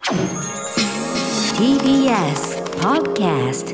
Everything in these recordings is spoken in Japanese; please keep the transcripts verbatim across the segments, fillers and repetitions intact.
ティービーエス Podcast。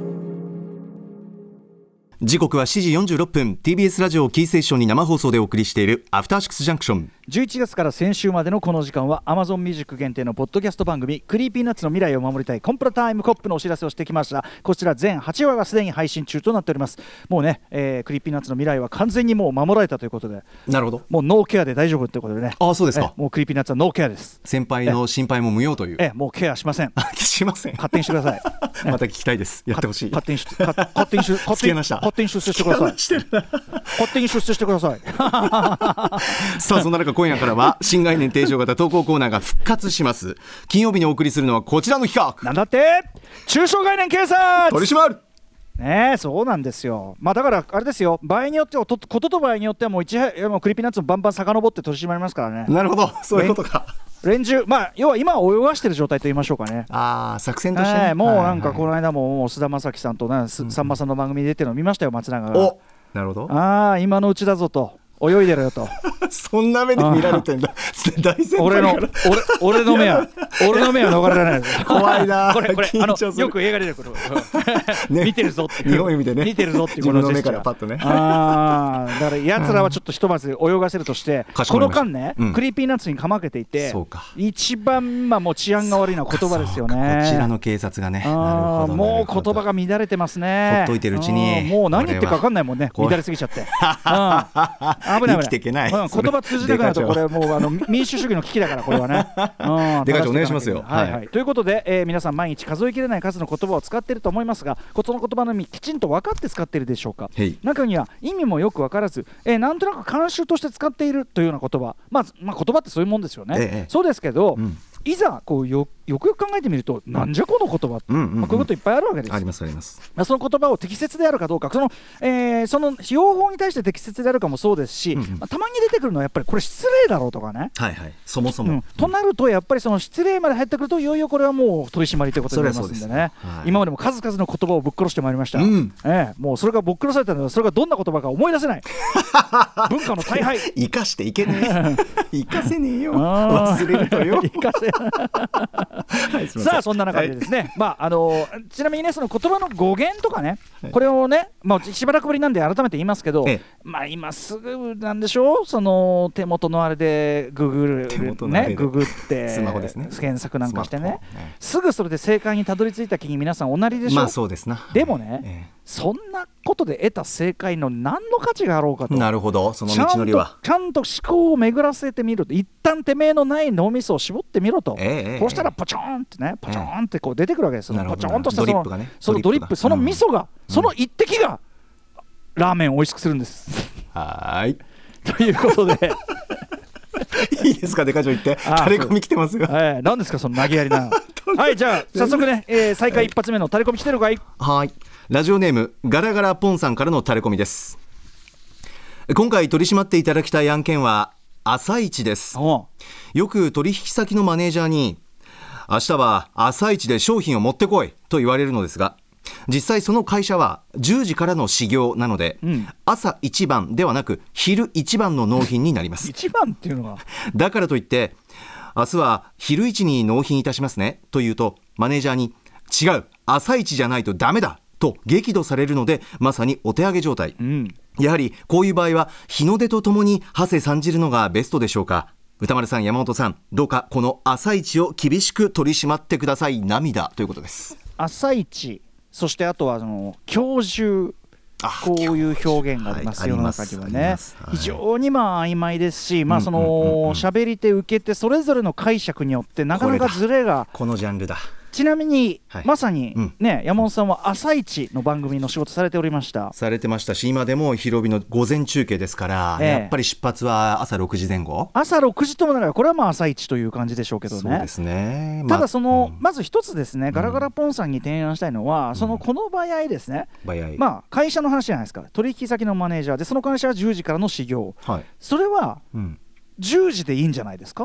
時刻はしちじよんじゅうろっぷん。 ティービーエス ラジオキーステーションに生放送でお送りしているアフターシックスジャンクション。 じゅういちがつから先週までのこの時間は Amazon Music 限定のポッドキャスト番組クリーピーナッツの未来を守りたいコンプラタイムコップのお知らせをしてきました。こちら全はちわがすでに配信中となっております。もうね、えー、クリーピーナッツの未来は完全にもう守られたということで、 なるほど、 もうノーケアで大丈夫ということでね。 ああ、そうですか。 もうクリーピーナッツはノーケアです。 先輩の心配も無用という。 ええ、もうケアしません。 しません。 勝手にしてください。 また聞きたいです。やってほしい。 勝手にし勝手にし勝手に勝手に出世してください。勝手に出世してください。 さあ、そんな中今夜からは新概念提唱型投稿コーナーが復活します。金曜日にお送りするのはこちらの企画。 なんだって、中小概念警察取り締まるねえ、そうなんですよ。まあだからあれですよ、場合によってはとことと場合によってはもう一もうクリーピーナッツをバンバン遡って取り締まりますからね。 なるほど、そういうことか。 連中、まあ要は今泳がしてる状態と言いましょうかね。 ああ、作戦として、ね、 えー、もうなんかこの間も菅田将暉さんと、ね、さんまさんの番組に出てるの見ましたよ、松永が。 お、なるほど。 ああ、今のうちだぞと、泳いでるよと。そんな目で見られてんだ。大先輩俺の俺俺の目は俺の目は逃れられない。 怖いな。 これこれあのよく映画で出てくる。ね、見てるぞっていう。 日本見てね。 見てるぞっていうこのジェスチャー。 自分の目からパッとね。 ああ、だから奴らはちょっとひとまず泳がせるとして、この間ね、うん、クリーピーナッツにかまけていて、そうか、一番まあもう治安が悪いのは言葉ですよね。 こちらの警察がね。 ああ、もう言葉が乱れてますね。 ほっといてるうちに。 もう何言ってるか分かんないもんね。乱れすぎちゃって。危ない危ない。 生きていけない。 言葉通じなくなるとこれもうあの民主主義の危機だから、これはね。 デカ長お願いしますよ。 はいはい。ということで、えー、皆さん毎日数えきれない数の言葉を使っていると思いますが、その言葉の意味きちんと分かって使っているでしょうか。中には意味もよく分からず、えー、なんとなく慣習として使っているというような言葉、まあ、まあ言葉ってそういうもんですよね。ええ、そうですけど、うん、いざこう よ, よくよく考えてみると、なんじゃこの言葉って、うんうんうん、まあ、こういうこといっぱいあるわけです。 ありますあります。 その言葉を適切であるかどうか、その、えー、その用法に対して適切であるかもそうですし、うんうん、まあ、たまに出てくるのはやっぱりこれ失礼だろうとかね、 はいはい、そもそも、うん、 となるとやっぱりその失礼まで入ってくると、いよいよこれはもう取り締まりということになりますんでね。はい、今までも数々の言葉をぶっ殺してまいりました。うん、えー、もうそれがぶっ殺されたのは、それがどんな言葉か思い出せない。文化の大敗。 生かしていけねえ。生かせねえよ。忘れるとよ。生かせ。 はい、さあそんな中でですね、はい、まああのー、ちなみにね、その言葉の語源とかね、はい、これをね、まあ、しばらくぶりなんで改めて言いますけど、ええ、まあ今すぐなんでしょう、その手元のあれでググるね、ググってスマホですね、検索なんかしてね、ね、すぐそれで正解にたどり着いた気に皆さんおなりでしょう。 まあそうですな。 でもね、ええ、そんなことで得た正解の何の価値があろうかと。 なるほど、その道のりはちゃんと思考を巡らせてみると、一旦てめえのない脳みそを絞ってみろと、ええ、こうしたらポチョーンってね、ポチョーンってこう出てくるわけです。ポチョーンとしたそのドリップがね、そのドリップ、その味噌が、うん、その一滴がラーメンを美味しくするんです。 はい。 ということでいいですか、デカ長言って。タレコミ来てますよ。 えー、何ですかその投げやりな。はい、じゃあ早速ね、えー、再開一発目のタレコミ来てるかい。 はい。ラジオネームガラガラポンさんからのタレコミです。今回取り締まっていただきたい案件は朝市です。よく取引先のマネージャーに、明日は朝市で商品を持ってこいと言われるのですが、実際その会社はじゅうじからの始業なので、うん、朝一番ではなく昼一番の納品になります。 一番っていうのはだからといって、明日は昼一に納品いたしますねと言うと、マネージャーに違う、朝一じゃないとダメだと激怒されるので、まさにお手上げ状態、うん、やはりこういう場合は日の出とともに馳せ参じるのがベストでしょうか。歌丸さん、山本さん、どうかこの朝一を厳しく取り締まってください。涙ということです。 朝一、そしてあとはその今日中、こういう表現があります、はい、世の中にはね、はい、非常にまあ曖昧ですし、まあその喋り手受け手それぞれの解釈によってなかなかズレが、 このジャンルだ。 ちなみに、はい、まさに、ね、うん、山本さんは朝一の番組の仕事されておりましたされてましたし、今でも昼帯の午前中継ですから、えー、やっぱり出発は朝ろくじぜん後、 朝ろくじともながらこれはまあ朝一という感じでしょうけどね。 そうですね、 まあ、ただその、うん、まず一つですね、ガラガラポンさんに提案したいのは、うん、そのこの場合ですね、場合、まあ、会社の話じゃないですか。取引先のマネージャーで、その会社はじゅうじからの始業、はい、それはじゅうじでいいんじゃないですか。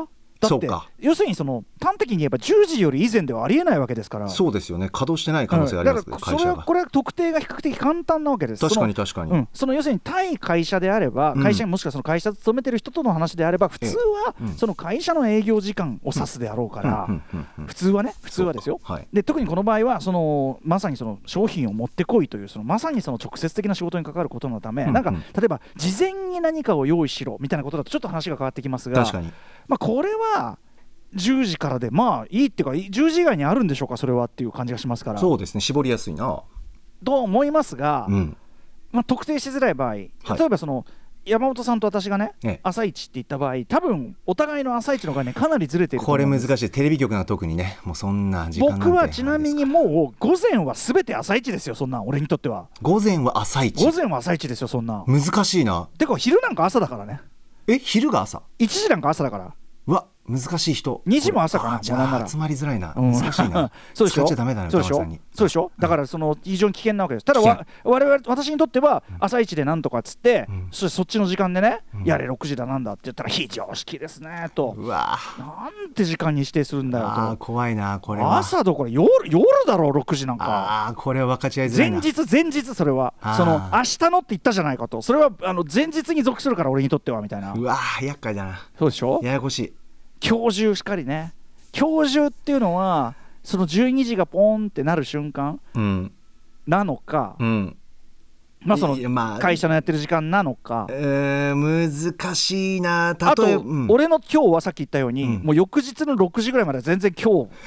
だって要するにその端的に言えばじゅうじより以前ではありえないわけですから。 そうですよね、稼働してない可能性がありますけど、 うん、だからそれはこれは特定が比較的簡単なわけです。 確かに確かに、 うん、その要するに対会社であれば、会社にもしくはその会社に勤めてる人との話であれば、普通はその会社の営業時間を指すであろうから、普通はね普通はですよ、はい、で特にこの場合はそのまさにその商品を持ってこいというそのまさにその直接的な仕事に関わることのため、うんうん、なんか例えば事前に何かを用意しろみたいなことだとちょっと話が変わってきますが、 確かに、 まあ、これはじゅうじからでまあいいっていうかじゅうじ以外にあるんでしょうかそれはっていう感じがしますから。 そうですね、絞りやすいなと思いますが、うん、まあ、特定しづらい場合、例えばその、はい、山本さんと私がね、ええ、朝一って言った場合、多分お互いの朝一の概念かなりずれていると思うんです。 これ難しい、テレビ局が特にね、もうそんな時間なんて。 僕はちなみにもう午前は全て朝一ですよ、そんな俺にとっては。 午前は朝一、 午前は朝一ですよ、そんな難しいな。 てか昼なんか朝だからね。 え、昼が朝、 いちじなんか朝だから。 うわ、難ししい人、 にじも朝かな。 じゃあ集まりづらいな、難しいなそうでしょ、 使っちゃダメだね、 そうでしょ、そうでしょ、だからその非常に危険なわけです。ただわ我々私にとっては朝一でなんとかっつって、うん、そ, そっちの時間でね、うん、やれろくじだなんだって言ったら非常識ですねと。 うわ、 なんて時間に指定するんだよと。 あ、怖いなこれは。 朝どころ 夜, 夜だろうろくじなんか。 あ、これは分かち合いづらいな。 前日前日それはその明日のって言ったじゃないかと。それはあの前日に属するから俺にとってはみたいな。 うわ、厄介だな。 そうでしょ、 ややこしい。 今日中しかりね。今日中っていうのはそのじゅうにじがポンってなる瞬間なのか、うん、まあその会社のやってる時間なのか、 えー、難しいな。例えばあと、うん、俺の今日はさっき言ったように、うん、もう翌日のろくじぐらいまでは全然今日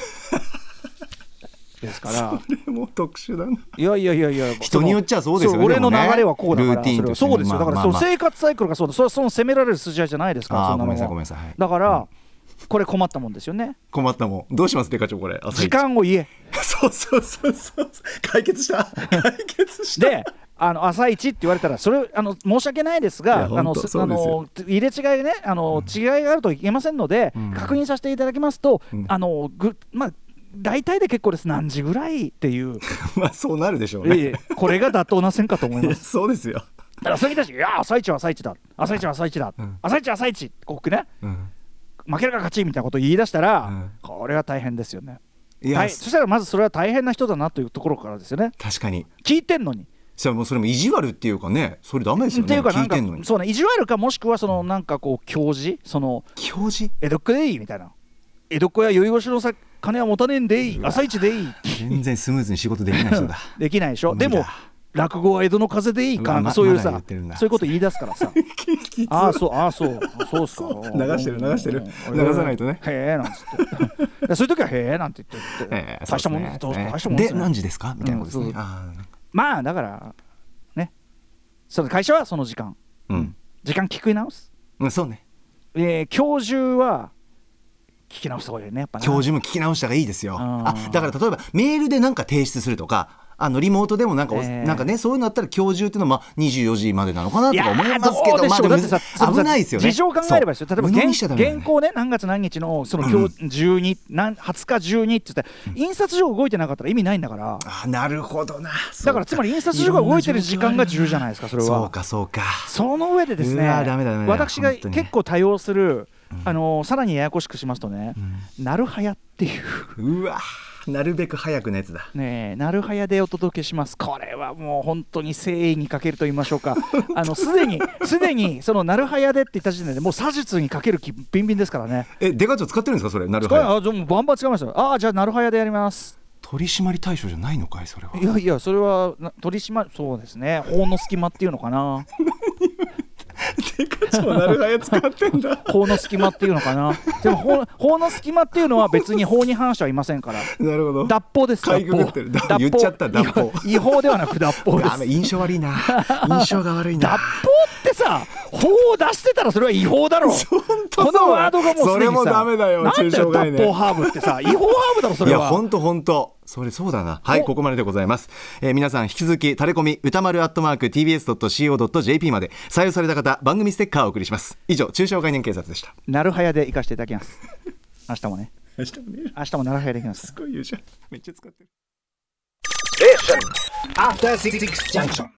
ですから。 それも特殊だな。 いやいやいやいや、 人によっちゃそうですよね。 俺の流れはこうだから、 ルーティンとして、 そうですよ。だからその生活サイクルがそうだ、それはその責められる筋合いじゃないですから。 あ、ごめんなさいごめんなさい、はい、 だから、うん、これ困ったもんですよね。 困ったもん。どうしますデカ長これ。 時間を言え。 そうそうそうそう解決した解決したで、あの朝一って言われたらそれあの申し訳ないですが、あのあの入れ違いでね、あの、うん、違いがあるといけませんので、うん、確認させていただきますと、うん、あのぐまあ大体で結構です。何時ぐらいっていうまあそうなるでしょうね、えー、これが妥当な線かと思いますそうですよ。 だからそういう人たち、いや朝一は朝一だ、朝一は朝一だ、うん、朝一は朝一ここね、うん、負けるか勝ちみたいなことを言い出したら、うん、これは大変ですよね。いや、そしたらまずそれは大変な人だなというところからですよね。 確かに聞いてんのに。 それもそれも意地悪っていうかね、それダメですよね。 っていうかなんか聞いてんのに。 そうね、意地悪かもしくはそのなんかこう教示、その教示江戸っ子でいいみたいな、江戸っ子や酔い越しのさ金は持たねえんでいい、朝一でいい。全然スムーズに仕事できない人だできないでしょ。でも落語は江戸の風でいいか、ま、そういうさ、ま、そういうこと言い出すからさああそうああそうそうっすか流してる流してる流さないとね、 へえなんつってそういう時はへえなんて言って、えー、大したもんです、どう大したもんですね、 で何時ですかみたいなことですね、うん、あまあだからね、その会社はその時間、うん、時間聞き直す、 うん、そうね、 えー、今日中は聞き直した方がいいね、やっぱね。 今日中も聞き直した方がいいですよ。あ、だから例えばメールで何か提出するとか、あのリモートでもなんか、えー、なんかね、そういうのあったら今日中っていうのはまあにじゅうよじまでなのかなとか思いますけど、まあでも危ないですよね。 事情考えればですよ。例えば原, 原稿ね、何月何日のその今日じゅうに、うん、はつかじゅうにって言って、印刷所動いてなかったら意味ないんだから。 あ、なるほどな。 だからつまり印刷所が動いてる時間がじゅうじゃないですか、それは。 そうかそうか。 その上でですね、 ダメだダメだ、 私が結構多用する、あのー、さらにややこしくしますとね、うん、なるはやっていう、 うわ、なるべく早くのやつだねえ、なるはやでお届けします。これはもう本当に誠意に欠けると言いましょうかあのすでにすでにそのなるはやでって言った時点でもう詐術にかける気ビンビンですからね。 え、デカ長使ってるんですかそれ、なるはや。 あ、もうバンバン使いますよ。ああ、じゃあなるはやでやります。 取締り対象じゃないのかいそれは。 いやいや、それは取締り、そうですね、法の隙間っていうのかなデカ長なるはや使ってんだ法の隙間っていうのかな。でも 法, 法の隙間っていうのは別に法に反してはいませんから。 なるほど。 脱法です。 脱法。言っちゃった脱法。 違法ではなく脱法です。 印象悪いな。印象が悪いな。 脱法ってさ、法を出してたらそれは違法だろ。このワードがもうすでにさ、 それもダメだよ。 なんだよ脱法ハーブってさ、違法ハーブだろそれは。 いや本当本当。それそうだな。はい、ここまででございます、えー、皆さん引き続きタレコミ歌丸アットマーク ティービーエスドットシーオードットジェーピー まで採用された方番組ステッカーをお送りします。以上、中小概念警察でした。 なるはやで行かせていただきます明日もね明日もね明日もなるはやで行きます。 すごい言うじゃん、めっちゃ使ってる。 えっ、After シックス junction